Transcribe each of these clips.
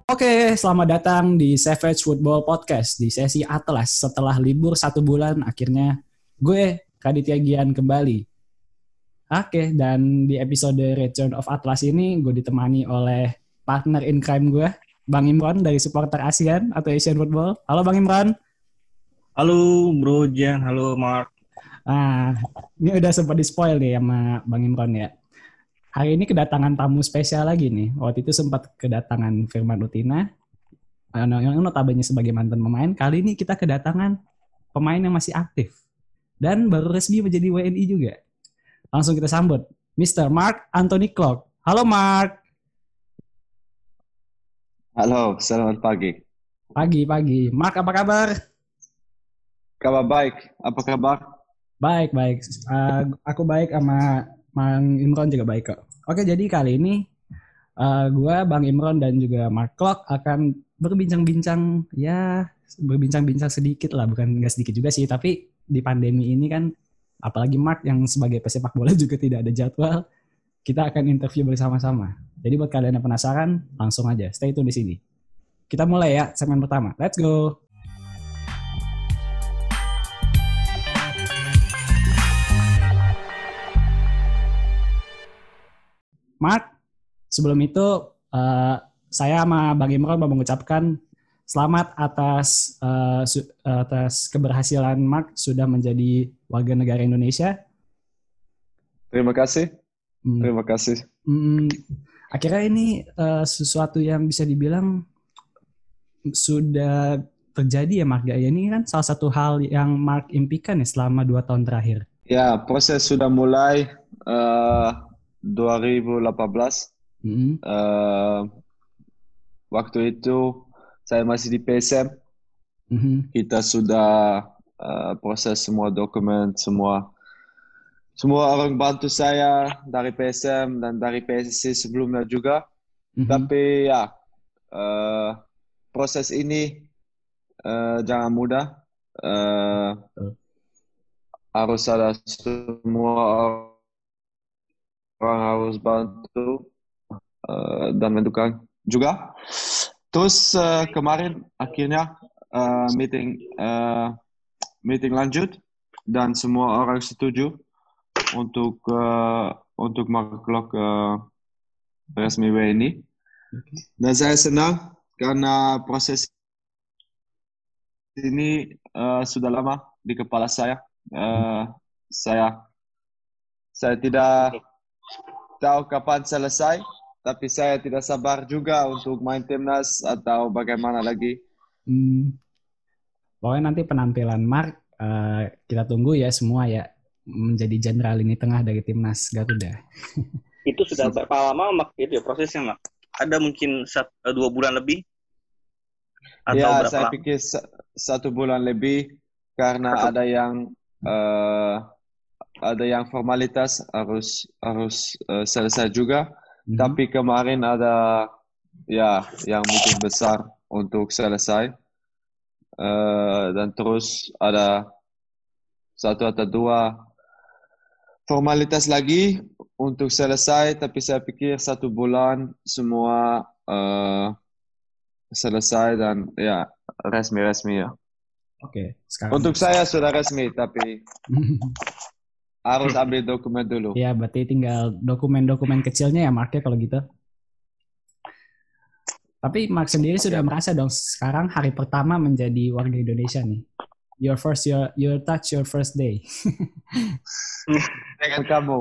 Oke, selamat datang di Savage Football Podcast di sesi Atlas. Setelah libur 1 bulan, akhirnya gue, Raditya Gian, kembali. Oke, dan di episode Return of Atlas ini, gue ditemani oleh partner in crime gue, Bang Imron dari supporter ASEAN atau Asian Football. Halo Bang Imron. Halo Bro Jan, halo Mark. Ah, ini udah sempat di-spoil nih sama Bang Imron ya. Hari ini kedatangan tamu spesial lagi nih. Waktu itu sempat kedatangan Firman Utina, yang notabene sebagai mantan pemain. Kali ini kita kedatangan pemain yang masih aktif dan baru resmi menjadi WNI juga. Langsung kita sambut Mr. Mark Anthony Clark. Halo Mark. Halo, selamat pagi. Pagi. Mark, apa kabar? Kabar baik, apa kabar? Baik. Aku baik sama Bang Imron juga baik kok. Oke, jadi kali ini gue, Bang Imron dan juga Mark Clark akan berbincang sedikit lah, bukan nggak sedikit juga sih, tapi di pandemi ini kan, apalagi Mark yang sebagai pesepak bola juga tidak ada jadwal, kita akan interview bersama-sama. Jadi buat kalian yang penasaran, langsung aja stay tune di sini. Kita mulai ya segmen pertama. Let's go. Mark, sebelum itu saya sama Bang Imron mau mengucapkan selamat atas keberhasilan Mark sudah menjadi warga negara Indonesia. Terima kasih. Hmm, Terima kasih. Akhirnya ini sesuatu yang bisa dibilang sudah terjadi ya Mark. Ya, ini kan salah satu hal yang Mark impikan ya selama 2 tahun terakhir. Ya, proses sudah mulai 2018. Hmm. Waktu itu saya masih di PSM. Kita sudah proses semua dokumen, semua orang bantu saya dari PSM dan dari PSSI sebelumnya juga. Tapi ya, proses ini jangan mudah. Harus ada semua orang harus bantu dan mendukung juga. Terus kemarin akhirnya meeting lanjut dan semua orang setuju untuk Mark Klok resmi WNI. Dan saya senang karena proses ini sudah lama di kepala saya. Saya tidak tahu kapan selesai, tapi saya tidak sabar juga untuk main timnas atau bagaimana lagi. Pokoknya nanti penampilan Mark kita tunggu ya semua ya, menjadi jenderal lini tengah dari timnas Garuda. Itu sudah berapa lama Mark itu ya prosesnya Mark? Ada mungkin 2 bulan lebih? Atau Ya, berapa saya lama? pikir 1 bulan lebih karena ada yang formalitas harus selesai juga. Tapi kemarin ada ya yang meeting besar untuk selesai. Dan terus ada 1 atau 2 formalitas lagi untuk selesai, tapi saya pikir 1 bulan semua selesai dan ya resmi ya. Oke, sekarang Untuk saya sudah resmi, tapi harus ambil dokumen dulu. ya, berarti tinggal dokumen-dokumen kecilnya ya Mark ya kalau gitu. Tapi Mark sendiri sudah merasa dong sekarang hari pertama menjadi warga Indonesia nih. Your first day. Dengan kamu.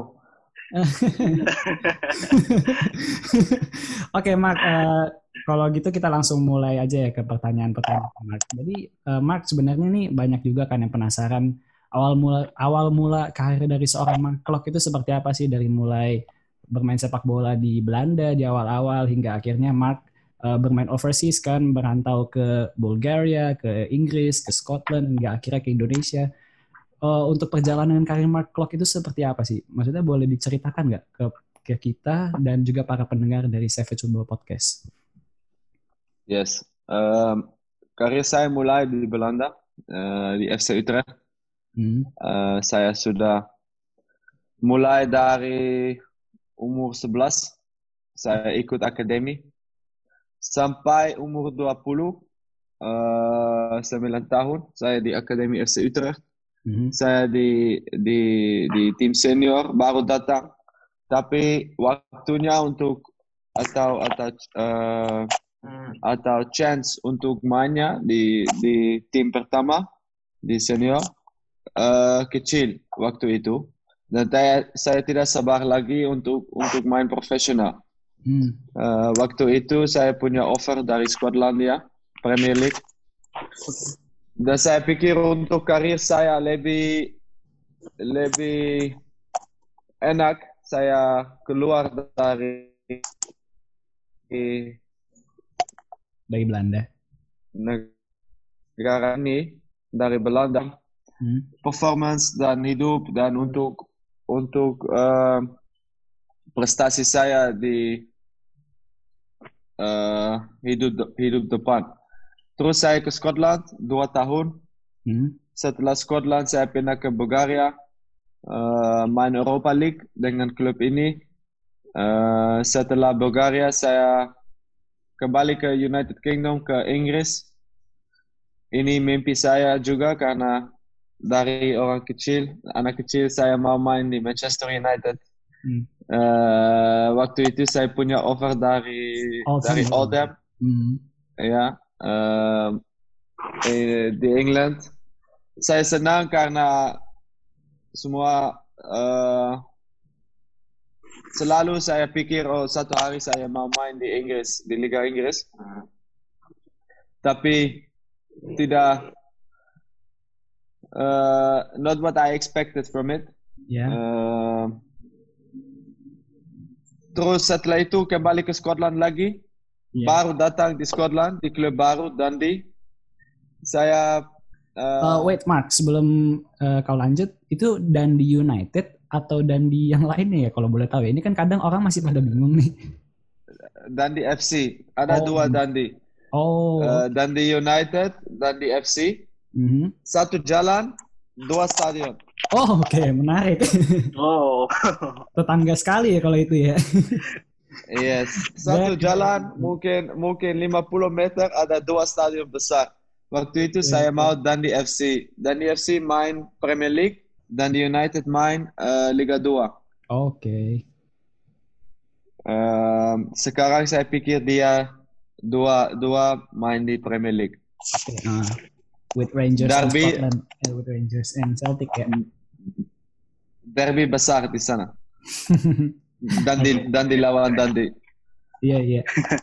Oke, Mark, kalau gitu kita langsung mulai aja ya ke pertanyaan-pertanyaan Mark. Jadi Mark, sebenarnya nih banyak juga kan yang penasaran awal mula karir dari seorang Mark Klok itu seperti apa sih, dari mulai bermain sepak bola di Belanda di awal-awal hingga akhirnya Mark bermain overseas kan, merantau ke Bulgaria, ke Inggris, ke Scotland hingga akhirnya ke Indonesia. Untuk perjalanan karir Mark Klok itu seperti apa sih? Maksudnya boleh diceritakan nggak ke kita dan juga para pendengar dari Savage Football Podcast? Yes. Karir saya mulai di Belanda, di FC Utrecht. Saya sudah mulai dari umur 11. Saya ikut akademi. sampai umur 20, 9 tahun, saya di Akademi FC Utrecht. Saya di tim senior baru datang, tapi waktunya untuk atau chance untuk mainnya di tim pertama di senior kecil waktu itu, dan saya tidak sabar lagi untuk main profesional. Waktu itu saya punya offer dari Skotlandia Premier League. Dan saya pikir untuk karir saya lebih enak saya keluar dari Belanda. Negara ini, dari Belanda. Performance dan hidup dan untuk prestasi saya di hidup depan. Terus saya ke Scotland 2 tahun. Setelah Scotland saya pindah ke Bulgaria, main Europa League dengan klub ini. Setelah Bulgaria saya kembali ke United Kingdom, ke Inggris. Ini mimpi saya juga karena dari anak kecil saya mau main di Manchester United. Waktu itu saya punya offer dari Oldham. Ya. Di England. Saya senang karena semua selalu saya pikir satu hari saya mau main di Inggris, di Liga Inggris. Tapi tidak not what I expected from it. Terus setelah itu kembali ke Scotland lagi. Baru datang di Scotland, di klub baru, Dundee. Saya wait Mark, sebelum kau lanjut, itu Dundee United atau Dundee yang lainnya ya kalau boleh tahu ya? Ini kan kadang orang masih pada bingung nih. Dundee FC, ada 2 Dundee. Dundee United, Dundee FC. Satu jalan, 2 stadion. Oke, menarik. Tetangga sekali ya kalau itu ya. Yes, satu jalan mungkin 50 meter ada 2 stadion besar. Waktu itu saya mau Dundee FC. Dundee FC main Premier League, Dundee United main Liga 2. Oke. Sekarang saya pikir dia dua main di Premier League. With Rangers Derby, and Scotland, with Rangers and Celtic ya. Derby besar di sana. Dundee lawan Dundee. Iya.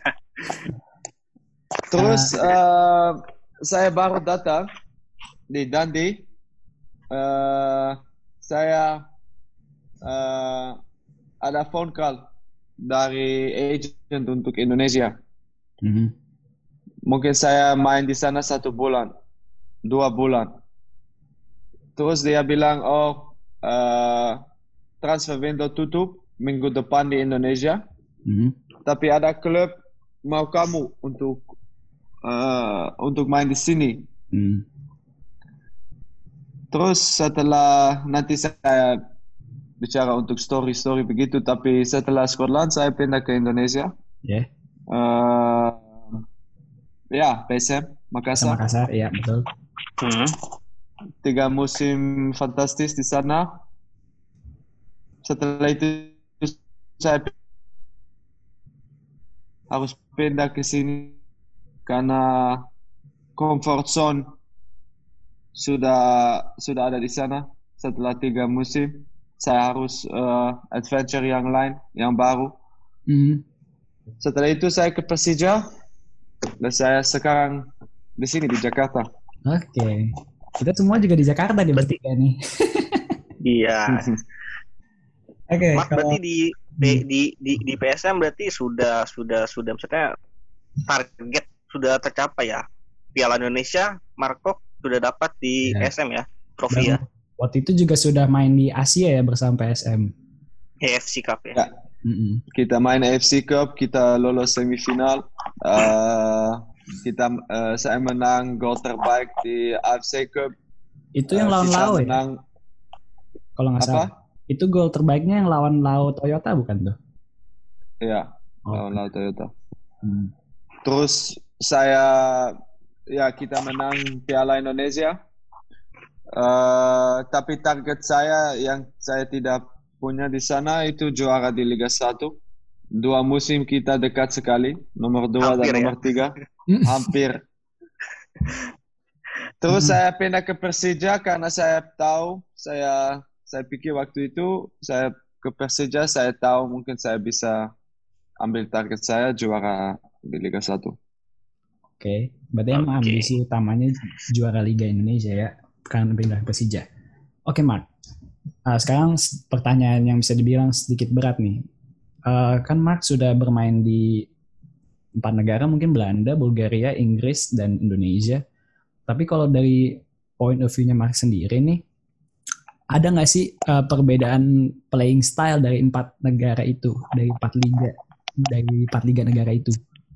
Terus saya baru datang di Dundee. Saya ada phone call dari agent untuk Indonesia. Mungkin saya main di sana 1 bulan, 2 bulan. Terus dia bilang, transfer window tutup minggu depan di Indonesia. Tapi ada klub mau kamu untuk main di sini. Terus setelah nanti saya bicara untuk story begitu, tapi setelah Scotland saya pindah ke Indonesia. PSM Makassar. Makassar, iya betul. 3 musim fantastis di sana. Setelah itu saya harus pindah ke sini karena comfort zone sudah ada di sana. Setelah 3 musim saya harus adventure yang lain, yang baru. Setelah itu saya ke Persija dan saya sekarang di sini di Jakarta. Oke. Kita semua juga di Jakarta nih bertiga nih. Iya. Oke. Berarti di PSM berarti sudah maksudnya target sudah tercapai ya. Piala Indonesia Marco sudah dapat di PSM ya, trofi ya. Waktu itu juga sudah main di Asia ya bersama PSM. AFC Cup ya. Kita main AFC Cup, kita lolos semifinal. Saya menang gol terbaik di AFC Cup. Itu yang lawan Lao ya? Kalau nggak salah. Itu gol terbaiknya yang lawan Lao Toyota bukan tuh? Iya, lawan Lao Toyota. Terus kita menang Piala Indonesia. Tapi target saya yang saya tidak punya di sana itu juara di Liga 1. 2 musim kita dekat sekali, nomor 2 dan nomor 3. Hampir. Terus saya pindah ke Persija karena saya tahu, saya pikir waktu itu saya ke Persija, saya tahu mungkin saya bisa ambil target saya juara di Liga 1. Oke, berarti emang ambisi utamanya juara Liga Indonesia ya, karena pindah ke Persija. Oke, Mark. Sekarang pertanyaan yang bisa dibilang sedikit berat nih. Kan Mark sudah bermain di 4 negara, mungkin Belanda, Bulgaria, Inggris, dan Indonesia. Tapi kalau dari point of view-nya Mark sendiri nih, ada nggak sih perbedaan playing style dari 4 negara itu, dari 4 liga negara itu?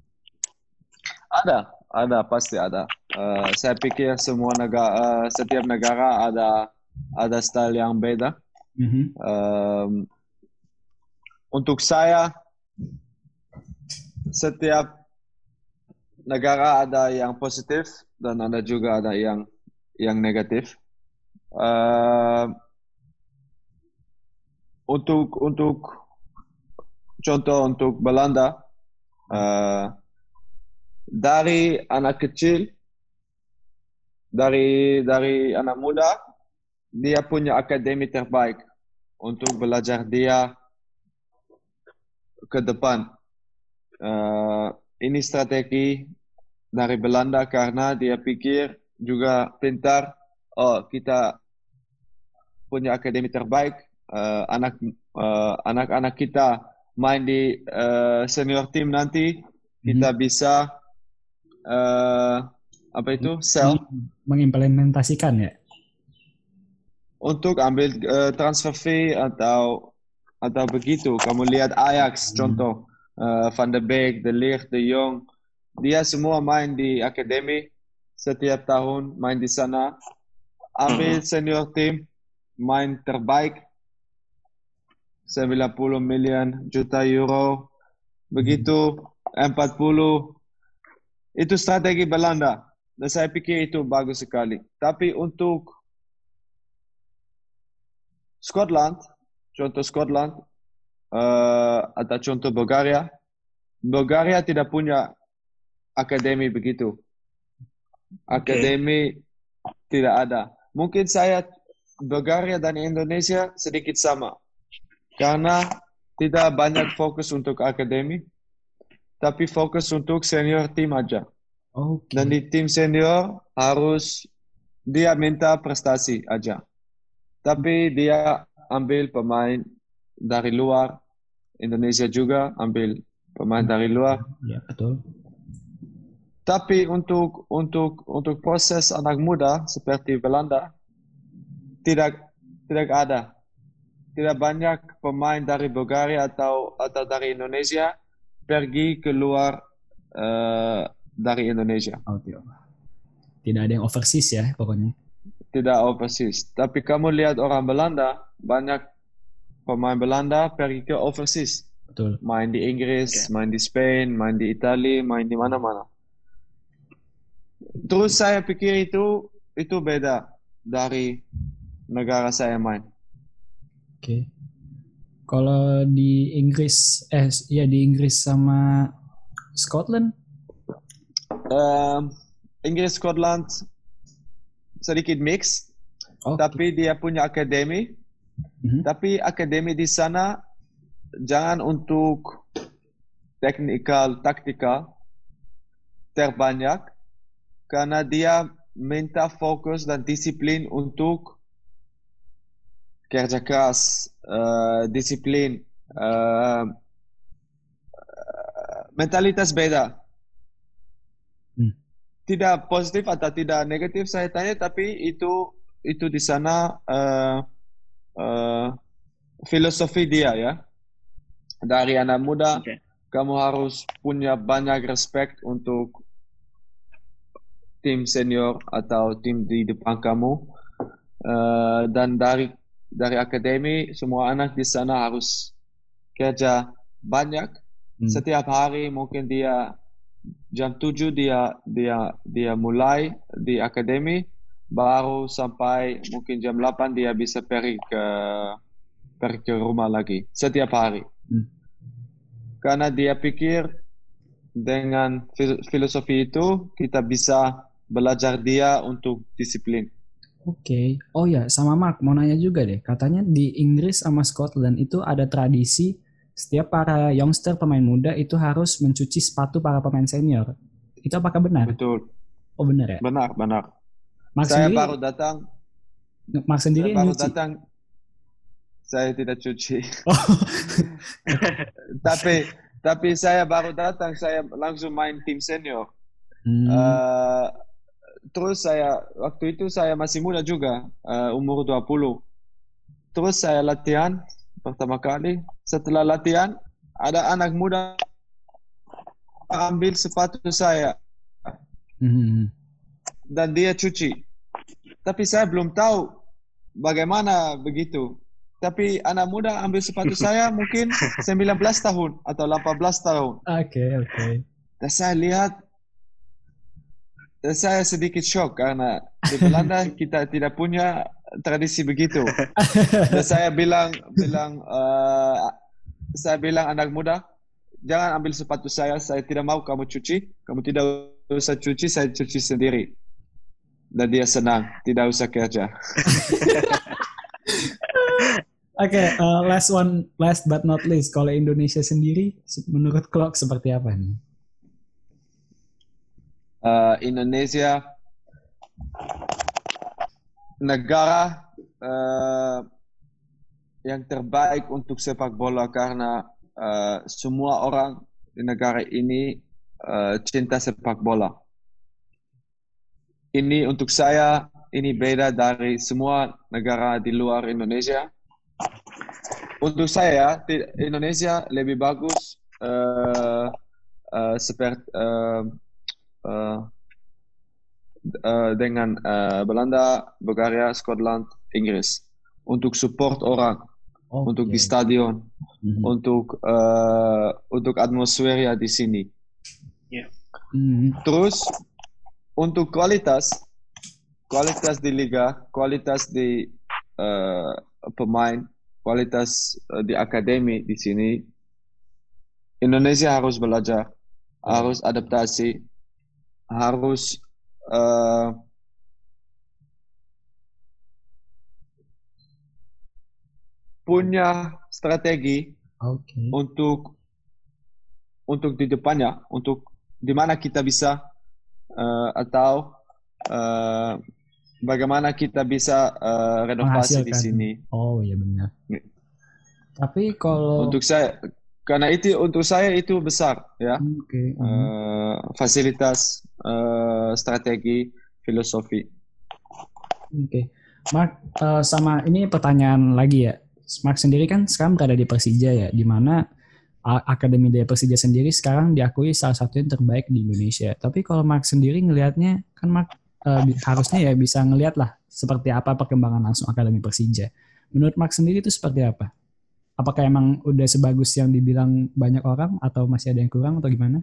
Ada, pasti ada. Saya pikir setiap negara ada style yang beda. Untuk saya, setiap negara ada yang positif dan ada juga ada yang negatif. Untuk contoh untuk Belanda, dari anak kecil, dari anak muda, dia punya akademi terbaik untuk belajar dia ke depan. Ini strategi dari Belanda karena dia pikir juga pintar. Kita punya akademi terbaik. Anak-anak kita main di senior team nanti kita bisa mengimplementasikan ya untuk ambil transfer fee atau begitu. Kamu lihat Ajax contoh, Van de Beek, De Ligt, De Jong, dia semua main di akademi, setiap tahun main di sana, ambil senior team, main terbaik, 90 million juta euro, begitu 40. Itu strategi Belanda, dan saya pikir itu bagus sekali. Tapi untuk Scotland, contoh Scotland, atau contoh Bulgaria tidak punya akademi begitu. Akademi tidak ada. Mungkin Bulgaria dan Indonesia sedikit sama. Karena tidak banyak fokus untuk akademi, tapi fokus untuk senior tim aja. Dan di tim senior harus dia minta prestasi aja. Tapi dia ambil pemain dari luar. Indonesia juga ambil pemain dari luar. Ya, betul. Tapi untuk proses anak muda seperti Belanda tidak ada. Tidak banyak pemain dari Bulgaria atau dari Indonesia pergi keluar dari Indonesia. Tidak ada yang overseas ya pokoknya. Tidak overseas. Tapi kamu lihat orang Belanda, banyak pemain Belanda pergi ke overseas. Betul. Main di Inggris, main di Spain, main di Italia, main di mana-mana. Terus saya pikir itu beda dari negara saya main. Oke. Kalau di Inggris, di Inggris sama Scotland? Inggris, Scotland sedikit mix, tapi dia punya akademi. Tapi akademi di sana jangan untuk taktikal terbanyak, karena dia minta fokus dan disiplin untuk kerja keras, disiplin, mentalitas beda. Tidak positif atau tidak negatif saya tanya, tapi itu di sana filosofi dia ya. Dari anak muda, kamu harus punya banyak respect untuk tim senior atau tim di depan kamu. Dan dari akademi, semua anak di sana harus kerja banyak. Setiap hari mungkin dia jam 7 dia mulai di akademi, baru sampai mungkin jam 8 dia bisa pergi ke rumah lagi setiap hari. Karena dia pikir dengan filosofi itu kita bisa belajar dia untuk disiplin. Oke. Oh ya, sama Mark, mau nanya juga deh. Katanya di Inggris sama Scotland itu ada tradisi setiap para youngster pemain muda itu harus mencuci sepatu para pemain senior. Itu apakah benar? Betul. Oh benar ya? Benar. Mark Saya sendiri, baru datang. Mark sendiri Saya baru nyuci. datang. Saya tidak cuci. Oh. Tapi saya baru datang. Saya langsung main tim senior. Terus waktu itu saya masih muda juga, umur 20. Terus saya latihan pertama kali. Setelah latihan, ada anak muda ambil sepatu saya. Dan dia cuci. Tapi saya belum tahu bagaimana begitu. Tapi anak muda ambil sepatu saya mungkin 19 tahun atau 18 tahun. Oke. Dan saya lihat, saya sedikit shock karena di Belanda kita tidak punya tradisi begitu. Dan saya bilang anak muda, jangan ambil sepatu saya tidak mau kamu cuci, kamu tidak usah cuci, saya cuci sendiri. Dan dia senang, tidak usah kerja. Oke, last but not least, kalau Indonesia sendiri, menurut Klok seperti apa nih? Indonesia negara yang terbaik untuk sepak bola karena semua orang di negara ini cinta sepak bola. Ini untuk saya, ini beda dari semua negara di luar Indonesia. Untuk saya, Indonesia lebih bagus seperti dengan Belanda, Bulgaria, Scotland, Inggris. Untuk support orang, untuk di stadion, untuk atmosfer di sini. Yeah. Terus untuk kualitas di liga, kualitas di pemain, kualitas di akademi di sini, Indonesia harus belajar, harus adaptasi, harus punya strategi untuk di depannya, untuk di mana kita bisa atau bagaimana kita bisa renovasi di sini. Oh iya benar. Tapi kalau untuk saya, karena itu untuk saya itu besar ya. Fasilitas, strategi, filosofi. Oke. Mark, sama ini pertanyaan lagi ya. Mark sendiri kan sekarang berada di Persija ya, di mana akademi dari Persija sendiri sekarang diakui salah satu yang terbaik di Indonesia. Tapi kalau Mark sendiri ngelihatnya, kan Mark harusnya ya bisa ngelihat lah seperti apa perkembangan langsung akademi Persija. Menurut Mark sendiri itu seperti apa? Apakah emang udah sebagus yang dibilang banyak orang atau masih ada yang kurang atau gimana?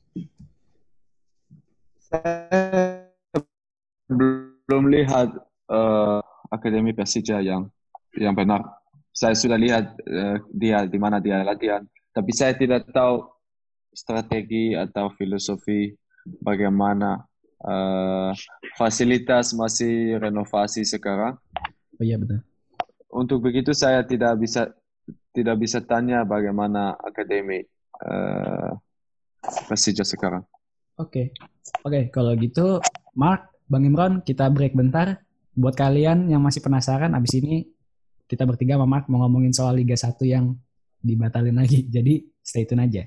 Saya belum lihat akademi Persija yang benar. Saya sudah lihat dia di mana dia latihan, tapi saya tidak tahu strategi atau filosofi bagaimana. Fasilitas masih renovasi sekarang. Oh iya betul. Untuk begitu saya tidak bisa tanya bagaimana akademi Persija sekarang. Oke, kalau gitu Mark, Bang Imron, kita break bentar. Buat kalian yang masih penasaran, abis ini kita bertiga sama Mark mau ngomongin soal Liga 1 yang dibatalin lagi. Jadi stay tune aja.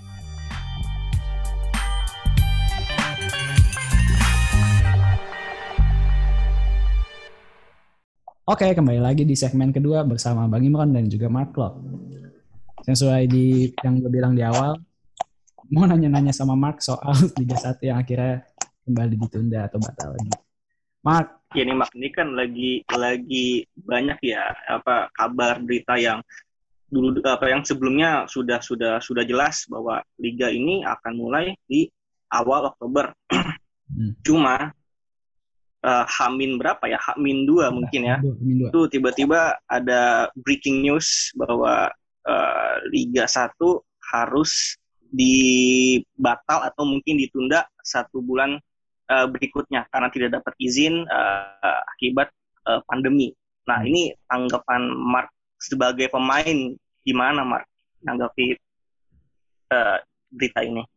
Oke, kembali lagi di segmen kedua bersama Bang Imron dan juga Mark Klok. Sesuai yang gue bilang di awal, mau nanya-nanya sama Mark soal Liga 1 yang akhirnya kembali ditunda atau batal lagi. Mark. Ya nih Mark, ini kan lagi banyak ya kabar berita yang dulu yang sebelumnya sudah jelas bahwa liga ini akan mulai di awal Oktober. Cuma H-min berapa ya? H-2 mungkin ya. Itu tiba-tiba ada breaking news bahwa Liga 1 harus dibatal atau mungkin ditunda 1 bulan berikutnya karena tidak dapat izin akibat pandemi. Nah, ini tanggapan Mark sebagai pemain gimana, Mark? Tanggapi berita ini.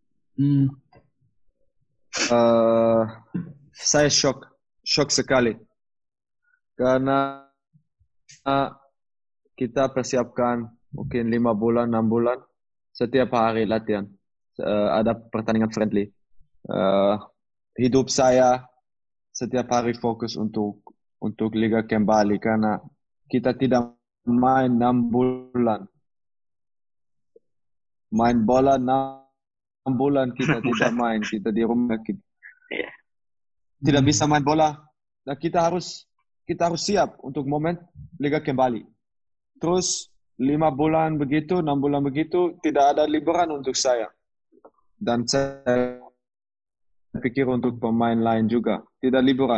Saya shock sekali karena kita persiapkan mungkin 5 bulan, 6 bulan setiap hari latihan, ada pertandingan friendly. Hidup saya setiap hari fokus untuk Liga kembali karena kita tidak main 6 bulan. Main bola 6 bulan kita tidak main, kita di rumah kita. Tidak bisa main bola. Dan kita harus siap untuk momen Liga kembali. Terus 5 bulan begitu, 6 bulan begitu, tidak ada liburan untuk saya. Dan saya pikir untuk pemain lain juga, tidak liburan.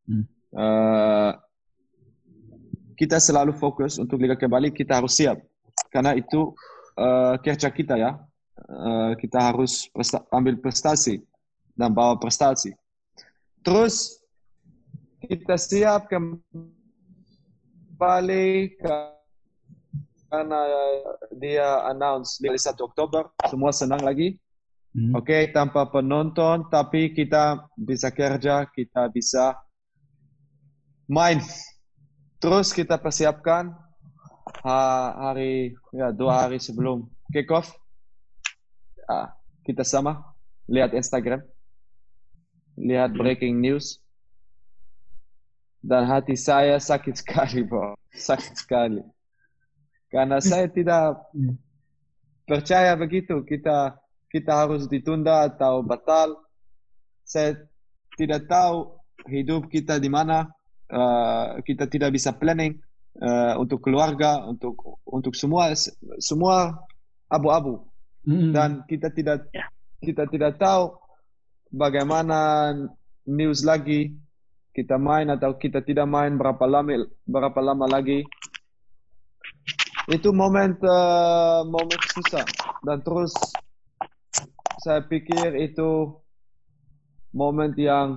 Kita selalu fokus untuk Liga kembali, kita harus siap. Karena itu kerja kita ya. Kita harus ambil prestasi dan bawa prestasi. Terus kita siap kembali karena dia announce 1 Oktober, semua senang lagi. Oke, tanpa penonton, tapi kita bisa kerja, kita bisa main. Terus kita persiapkan 2 hari sebelum kick off. Kita sama lihat Instagram, lihat breaking news, dan hati saya sakit sekali, bro. Sakit sekali. Karena saya tidak percaya begitu. Kita harus ditunda atau batal. Saya tidak tahu hidup kita di mana. Kita tidak bisa planning untuk keluarga, untuk semua abu-abu. Dan kita tidak tahu bagaimana news lagi, kita main atau kita tidak main, berapa lama lagi. Itu momen susah. Dan terus saya pikir itu momen yang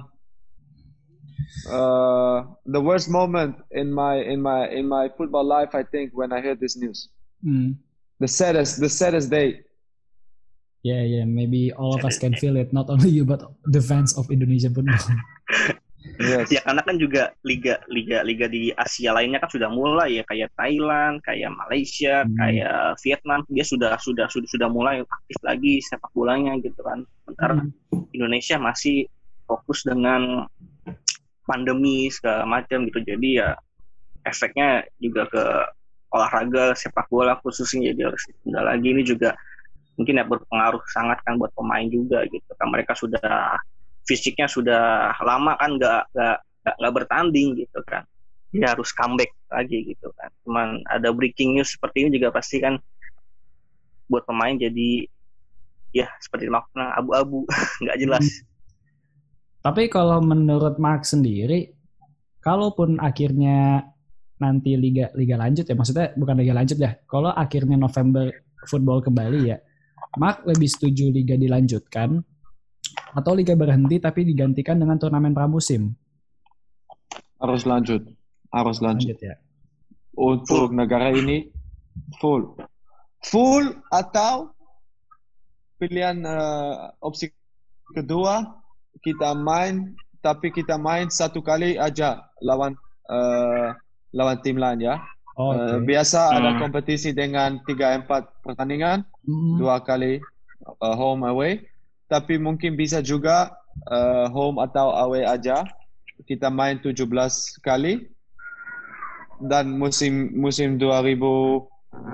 the worst moment in my football life, I think, when I heard this news. The saddest day. Yeah, maybe all of us can feel it, not only you but the fans of Indonesia football. Yes. Ya karena kan juga liga di Asia lainnya kan sudah mulai ya, kayak Thailand, kayak Malaysia, kayak Vietnam, dia sudah mulai aktif lagi sepak bolanya gitu kan. Sementara Indonesia masih fokus dengan pandemi segala macam gitu. Jadi ya efeknya juga ke olahraga sepak bola khususnya jadi harus ditunda lagi. Ini juga mungkin ya berpengaruh sangat kan buat pemain juga gitu kan. Mereka sudah fisiknya sudah lama kan nggak bertanding gitu kan, dia harus comeback lagi gitu kan. Cuman ada breaking news seperti ini juga pasti kan buat pemain jadi ya seperti makna abu-abu nggak jelas. Tapi kalau menurut Mark sendiri, kalaupun akhirnya nanti liga lanjut ya, maksudnya bukan liga lanjut ya, kalau akhirnya November football kembali ya, Mark lebih setuju liga dilanjutkan atau liga berhenti tapi digantikan dengan turnamen pramusim? Harus lanjut ya. Untuk negara ini full atau pilihan opsi kedua, kita main tapi kita main 1 kali aja lawan tim lain ya. Biasa ada kompetisi dengan 3-4 pertandingan, 2 kali home away. Tapi mungkin bisa juga home atau away aja. Kita main 17 kali. Dan musim 2020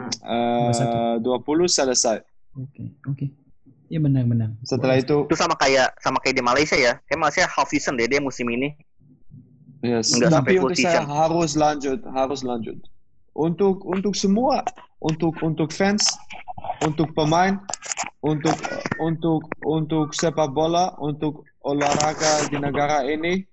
selesai. Oke. Iya benar. Setelah itu sama kayak di Malaysia ya. Kayak Malaysia half season dia musim ini. Yes. Tapi untuk saya harus lanjut. Untuk semua, untuk fans, untuk pemain, untuk sepak bola, untuk olahraga di negara ini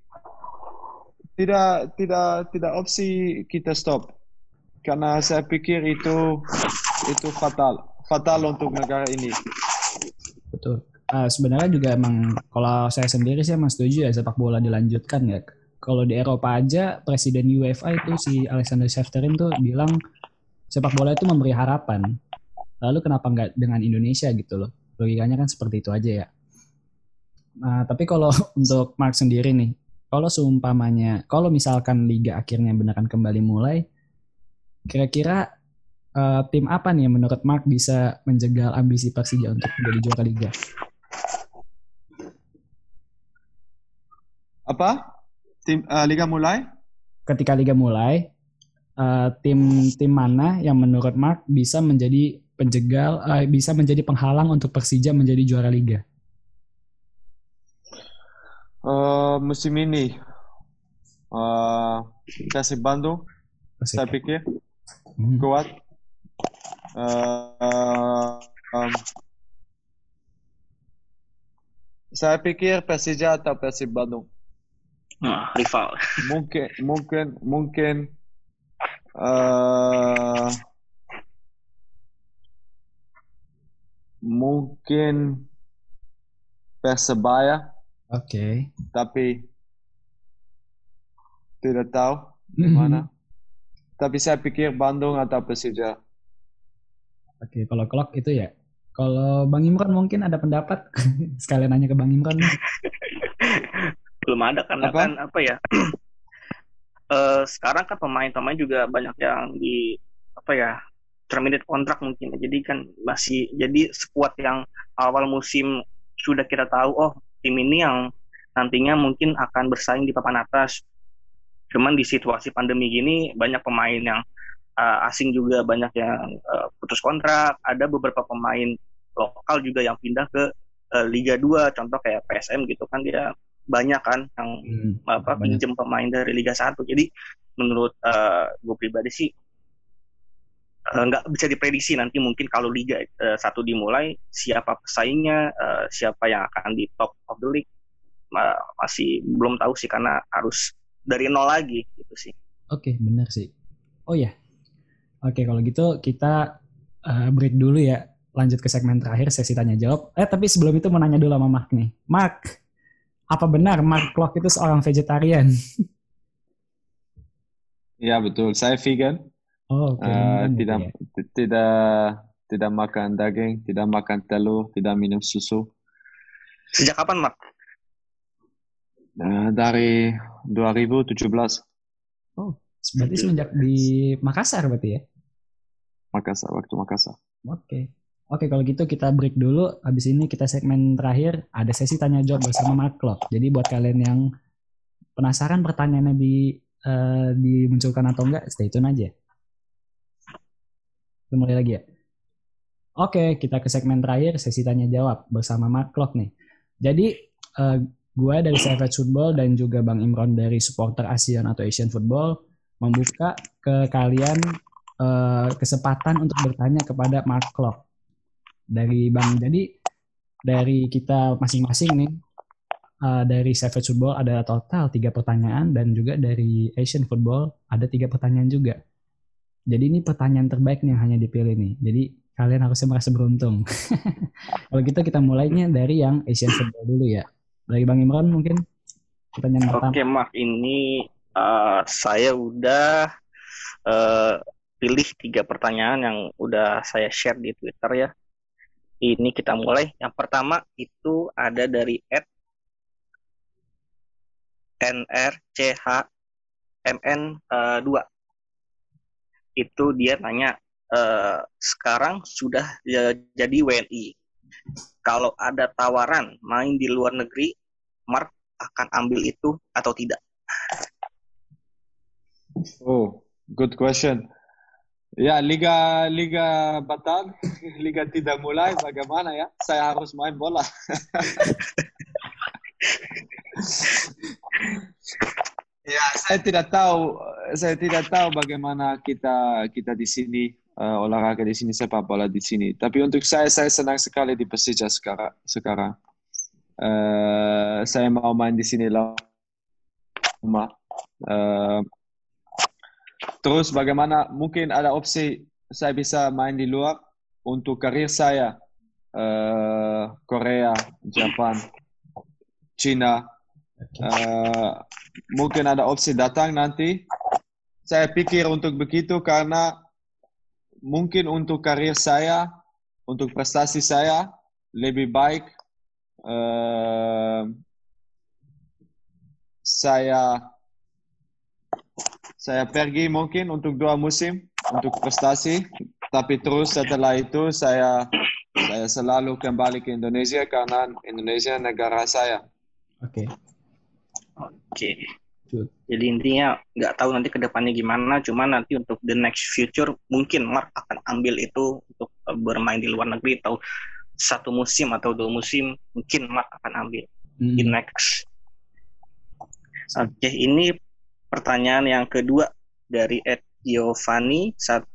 tidak opsi kita stop. Karena saya pikir itu fatal untuk negara ini. Betul. Sebenarnya juga emang kalau saya sendiri sih emang setuju ya sepak bola dilanjutkan ya. Kalau di Eropa aja presiden UEFA itu si Alexander Šefčovič tuh bilang sepak bola itu memberi harapan. Lalu kenapa nggak dengan Indonesia gitu loh? Logikanya kan seperti itu aja ya. Nah, tapi kalau untuk Mark sendiri nih, kalau misalkan liga akhirnya beneran kembali mulai, kira-kira tim apa nih yang menurut Mark bisa menjegal ambisi Persija untuk menjadi juara liga? Apa? Tim liga mulai? Ketika liga mulai, tim mana yang menurut Mark bisa menjadi bisa menjadi penghalang untuk Persija menjadi juara liga? Musim ini Persib Bandung, saya pikir kuat. Saya pikir Persija atau Persib Bandung. Rival. Mungkin Persebaya. Oke. Tapi tidak tahu mana. Tapi saya pikir Bandung atau Persija. Oke, kalau Klok itu ya. Kalau Bang Imron mungkin ada pendapat? Sekalian nanya ke Bang Imron. Belum ada karena kan apa ya? Sekarang kan pemain-pemain juga banyak yang terminate kontrak mungkin. Jadi kan masih jadi skuad yang awal musim sudah kita tahu tim ini yang nantinya mungkin akan bersaing di papan atas. Cuman di situasi pandemi gini banyak pemain yang asing juga banyak yang putus kontrak. Ada beberapa pemain lokal juga yang pindah ke Liga 2, contoh kayak PSM gitu kan, dia banyak kan yang pinjem pemain dari Liga 1. Jadi menurut gue pribadi sih nggak bisa diprediksi nanti mungkin kalau Liga 1 dimulai siapa pesaingnya, siapa yang akan di top of the league masih belum tahu sih karena harus dari nol lagi gitu sih. Oke, benar sih. Oh ya. Oke, kalau gitu kita break dulu ya. Lanjut ke segmen terakhir sesi tanya jawab. Tapi sebelum itu mau nanya dulu sama Mark nih. Mark, apa benar Mark Klok itu seorang vegetarian? Ya betul, saya vegan. Tidak makan daging, tidak makan telur, tidak minum susu. Sejak kapan, Mark? Dari 2017. Oh, berarti semenjak di Makassar berarti ya? Waktu Makassar. Oke, kalau gitu kita break dulu. Habis ini kita segmen terakhir ada sesi tanya jawab bersama Mark Klok. Jadi buat kalian yang penasaran pertanyaannya dimunculkan atau enggak, stay tune aja. Kita mulai lagi ya. Oke, kita ke segmen terakhir sesi tanya jawab bersama Mark Klok nih. Jadi gue dari Savage Football dan juga Bang Imron dari supporter ASEAN atau Asian Football membuka ke kalian kesempatan untuk bertanya kepada Mark Klok. Jadi dari kita masing-masing nih, dari Savage Football ada total 3 pertanyaan dan juga dari Asian Football ada 3 pertanyaan juga. Jadi ini pertanyaan terbaik nih yang hanya dipilih nih. Jadi kalian harusnya merasa beruntung. Kalau gitu kita mulainya dari yang Asian Football dulu ya. Dari Bang Imran mungkin pertanyaan pertama. Oke, Mark, ini saya udah pilih 3 pertanyaan yang udah saya share di Twitter ya. Ini kita mulai. Yang pertama itu ada dari @nrchmn2. Itu dia tanya, sekarang sudah jadi WNI. Kalau ada tawaran main di luar negeri, Mark akan ambil itu atau tidak? Oh, good question. Ya, Liga batal, Liga tidak mulai, bagaimana ya? Saya harus main bola. Ya, saya tidak tahu bagaimana kita di sini olahraga di sini, sepak bola di sini. Tapi untuk saya senang sekali di Persija sekarang. Saya mau main di sini lama. Terus bagaimana mungkin ada opsi saya bisa main di luar untuk karir saya, Korea, Jepang, Cina. Mungkin ada opsi datang nanti. Saya pikir untuk begitu karena mungkin untuk karir saya, untuk prestasi saya lebih baik saya pergi mungkin untuk 2 musim untuk prestasi, tapi terus setelah itu saya selalu kembali ke Indonesia karena Indonesia negara saya. Oke. Jadi intinya nggak tahu nanti kedepannya gimana, cuma nanti untuk the next future mungkin Mark akan ambil itu untuk bermain di luar negeri, atau 1 musim atau 2 musim mungkin Mark akan ambil di next. Oke, ini pertanyaan yang kedua dari @Giovanni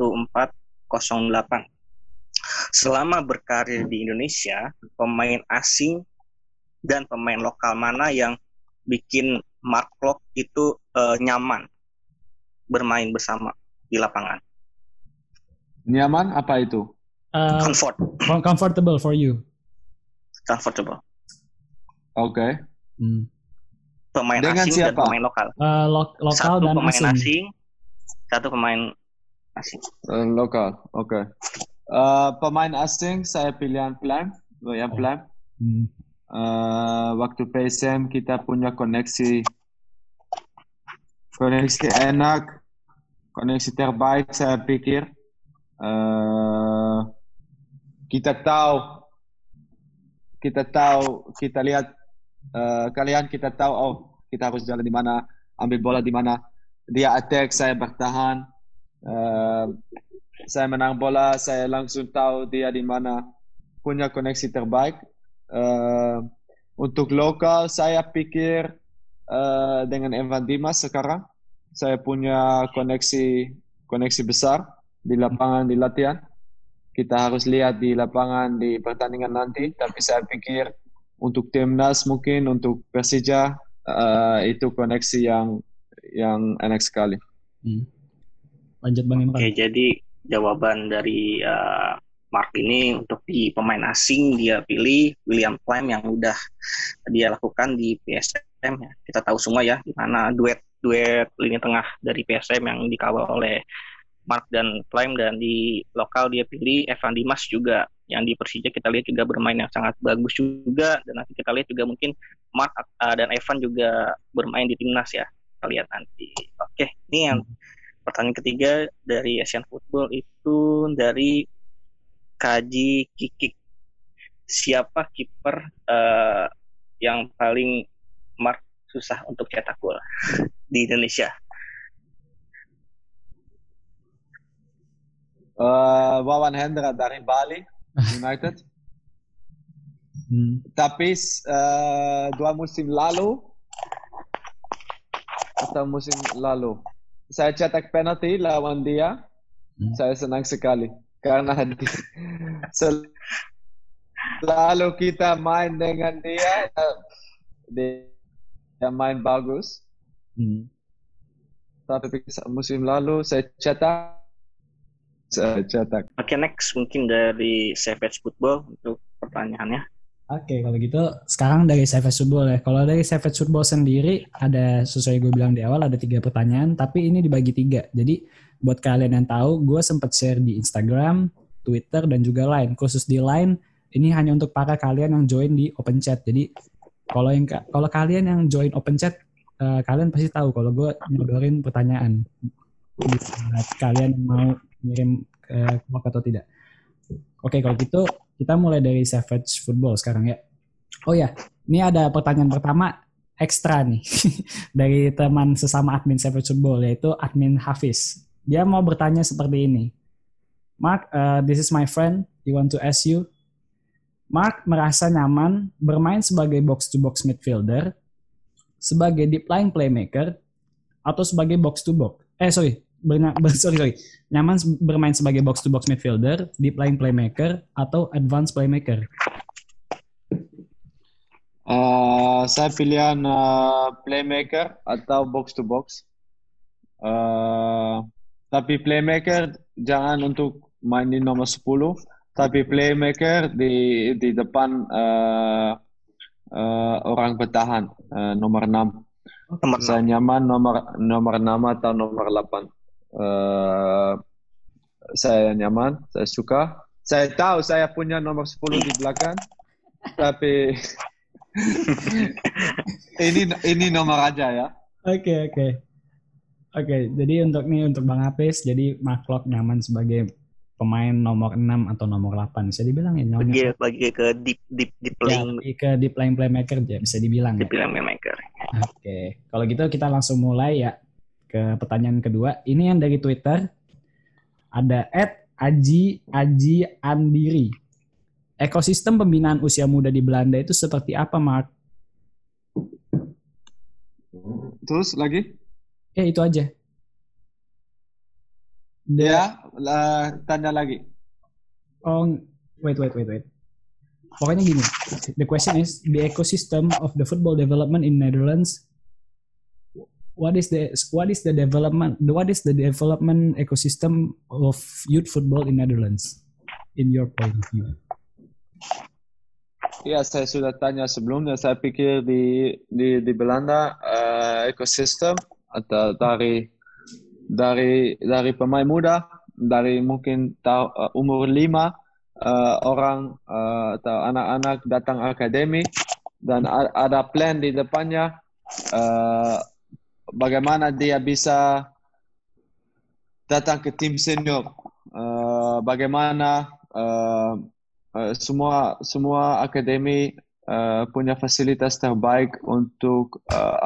1408. Selama berkarir di Indonesia, pemain asing dan pemain lokal mana yang bikin Mark Klok itu nyaman bermain bersama di lapangan? Nyaman apa itu? Comfortable for you. Comfortable. Oke. Pemain dengan asing siapa? Dan pemain lokal. Lokal dan pemain asing. Satu pemain asing. Lokal. Oke. Pemain asing saya pilihan Plan. Waktu PSM kita punya koneksi enak, koneksi terbaik saya pikir. Kita lihat kalian, kita tahu kita harus jalan di mana, ambil bola di mana, dia attack, saya bertahan, saya menang bola, saya langsung tahu dia di mana, punya koneksi terbaik. Untuk lokal saya pikir dengan Evan Dimas sekarang saya punya koneksi besar di lapangan, di latihan. Kita harus lihat di lapangan di pertandingan nanti, tapi saya pikir untuk timnas mungkin untuk Persija itu koneksi yang enak sekali. Lanjut Bang Imran. Oke, jadi jawaban dari Mark ini untuk di pemain asing dia pilih William Plym yang udah dia lakukan di PSM ya. Kita tahu semua ya gimana duet lini tengah dari PSM yang dikawal oleh Mark dan Plym, dan di lokal dia pilih Evan Dimas juga yang di Persija kita lihat juga bermain yang sangat bagus juga, dan nanti kita lihat juga mungkin Mark dan Evan juga bermain di timnas ya, kita lihat nanti. Oke, ini yang pertanyaan ketiga dari Asian Football itu dari Kaji Kikik. Siapa kiper yang paling Mark susah untuk cetak gol di Indonesia? Wawan Hendra dari Bali United. Tapi 2 musim lalu saya cetak penalti lawan dia. Saya senang sekali karena selalu kita main dengan dia main bagus. Tapi musim lalu saya cetak. Oke, next mungkin dari Savage Football untuk pertanyaannya. Oke, kalau gitu sekarang dari Savage Football ya. Kalau dari Savage Football sendiri ada, sesuai gue bilang di awal, ada 3 pertanyaan, tapi ini dibagi 3. Jadi buat kalian yang tahu, gue sempat share di Instagram, Twitter, dan juga Line. Khusus di Line, ini hanya untuk para kalian yang join di Open Chat. Jadi kalau kalian yang join Open Chat, kalian pasti tahu kalau gue nyodorin pertanyaan. Kalian mau ngirim ke atau tidak. Oke, kalau gitu kita mulai dari Savage Football sekarang ya. Oh ya, ini ada pertanyaan pertama ekstra nih dari teman sesama admin Savage Football, yaitu admin Hafiz. Dia mau bertanya seperti ini. Mark, this is my friend. He want to ask you. Mark merasa nyaman bermain sebagai box-to-box midfielder, sebagai deep line playmaker, atau sebagai box-to-box? sorry. Nyaman bermain sebagai box to box midfielder, deep line playmaker, atau advanced playmaker? Saya pilihan playmaker atau box to box. Tapi playmaker jangan untuk main di nomor 10, tapi playmaker di depan orang bertahan, nomor 6. Saya nyaman nomor 6 atau nomor 8. Saya nyaman, saya suka. Saya tahu saya punya nomor 10 di belakang, tapi ini nomor aja ya. Oke. Jadi untuk Bang Apis, jadi Mark Klok nyaman sebagai pemain nomor 6 atau nomor 8. Bisa dibilang ya nyaman. Bagi ke deep playing. Ya, ke deep line playmaker ya, bisa dibilang. Deep line playmaker. Oke. Kalau gitu kita langsung mulai ya ke pertanyaan kedua. Ini yang dari Twitter. Ada @Aji Andiri. Ekosistem pembinaan usia muda di Belanda itu seperti apa, Mark? Terus lagi? Ya, itu aja. Tanya lagi. Oh, wait. Pokoknya gini. The question is, the ecosystem of the football development in Netherlands. What is the development ecosystem of youth football in Netherlands in your point of view? Ya, saya sudah tanya sebelumnya. Saya pikir di Belanda ekosistem atau dari pemain muda, dari mungkin umur 5 orang atau anak-anak datang akademi, dan ada plan di depannya bagaimana dia bisa datang ke tim senior, bagaimana semua akademi punya fasilitas terbaik untuk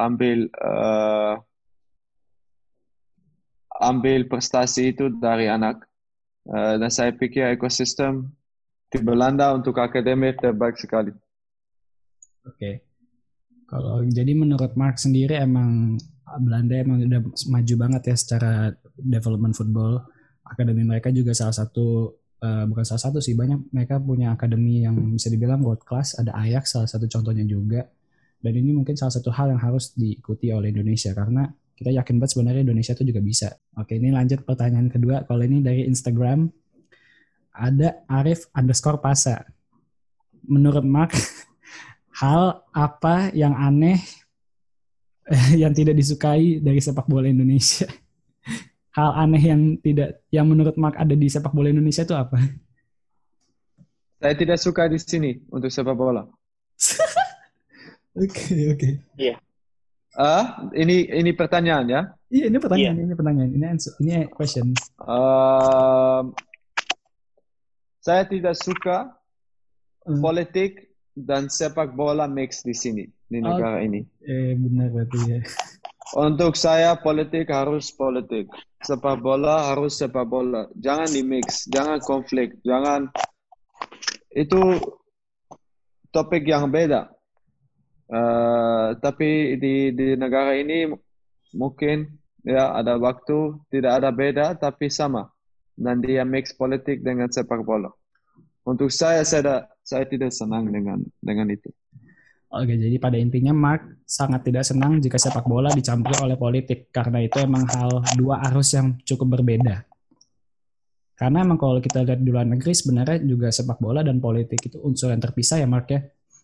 ambil prestasi itu dari anak. Dan saya pikir ekosistem di Belanda untuk akademi terbaik sekali. Oke. Kalau jadi menurut Mark sendiri emang Belanda emang udah maju banget ya secara development football. Akademi mereka juga bukan salah satu sih, banyak mereka punya akademi yang bisa dibilang world class. Ada Ajax salah satu contohnya juga. Dan ini mungkin salah satu hal yang harus diikuti oleh Indonesia karena kita yakin banget sebenarnya Indonesia itu juga bisa. Oke, ini lanjut pertanyaan kedua. Kalau ini dari Instagram, ada Arif_Pasa. Menurut Mark, hal apa yang aneh yang tidak disukai dari sepak bola Indonesia? Hal aneh yang menurut Mark ada di sepak bola Indonesia itu apa? Saya tidak suka di sini untuk sepak bola. Oke. Iya. Ini pertanyaan ya? Iya, ini pertanyaan. Ini question. Saya tidak suka politik dan sepak bola mix di sini, di negara ini. Benar berarti ya. Untuk saya politik harus politik, sepak bola harus sepak bola. Jangan di mix, jangan konflik, itu topik yang beda. Tapi di negara ini mungkin ya ada waktu tidak ada beda tapi sama, dan dia mix politik dengan sepak bola. Untuk saya tidak senang dengan itu. Oke, jadi pada intinya Mark sangat tidak senang jika sepak bola dicampuri oleh politik karena itu emang dua arus yang cukup berbeda. Karena emang kalau kita lihat di luar negeri sebenarnya juga sepak bola dan politik itu unsur yang terpisah ya, Mark ya.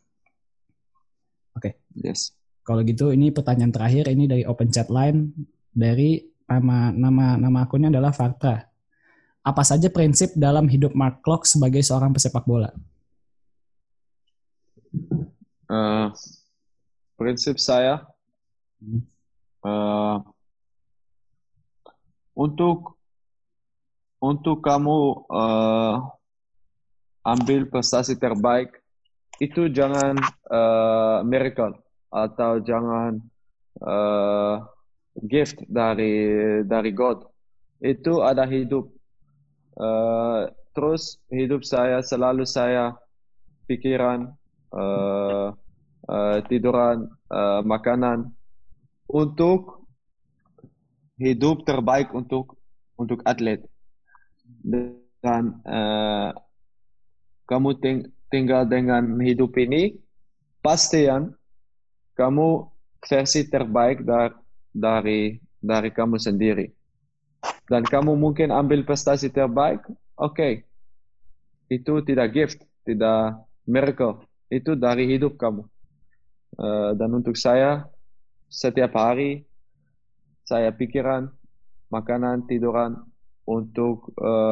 Oke. Yes. Kalau gitu ini pertanyaan terakhir, ini dari open chat line, dari nama akunnya adalah Farta. Apa saja prinsip dalam hidup Mark Klok sebagai seorang pesepak bola? Prinsip saya untuk kamu ambil prestasi terbaik itu jangan miracle atau jangan gift dari God. Itu ada hidup. Terus hidup saya selalu saya pikiran, tiduran, makanan untuk hidup terbaik untuk untuk atlet. Dan kamu tinggal dengan hidup ini, pastikan kamu versi terbaik dari kamu sendiri. Dan kamu mungkin ambil prestasi terbaik, oke. Itu tidak gift, tidak miracle. Itu dari hidup kamu. Dan untuk saya, setiap hari saya pikiran, makanan, tiduran untuk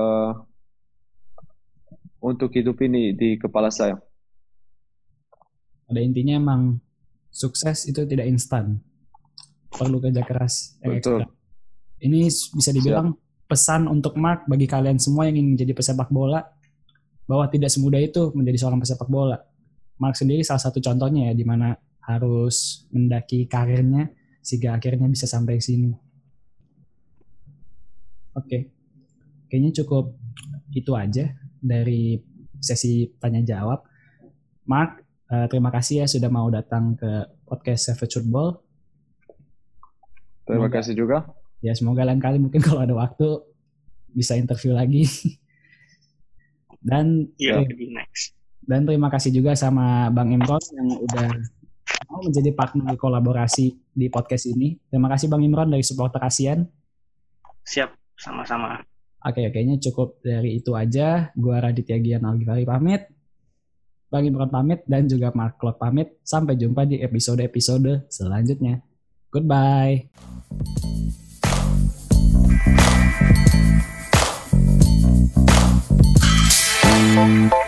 hidup ini di kepala saya. Pada intinya emang sukses itu tidak instan. Perlu kerja keras. Betul. Ini bisa dibilang pesan untuk Mark bagi kalian semua yang ingin menjadi pesepak bola, bahwa tidak semudah itu menjadi seorang pesepak bola. Mark sendiri salah satu contohnya ya, di mana harus mendaki karirnya sehingga akhirnya bisa sampai sini. Oke. Kayaknya cukup itu aja dari sesi tanya jawab. Mark, terima kasih ya sudah mau datang ke podcast Savage Football. Terima kasih juga. Ya, semoga lain kali mungkin kalau ada waktu bisa interview lagi. Dan terima kasih juga sama Bang Imron yang udah mau menjadi partner kolaborasi di podcast ini. Terima kasih Bang Imron dari supporter ASEAN. Siap, sama-sama. Oke, kayaknya cukup dari itu aja. Gua Raditya Gian Algifari pamit. Bang Imron pamit dan juga Mark Klok pamit. Sampai jumpa di episode-episode selanjutnya. Goodbye. Thank you.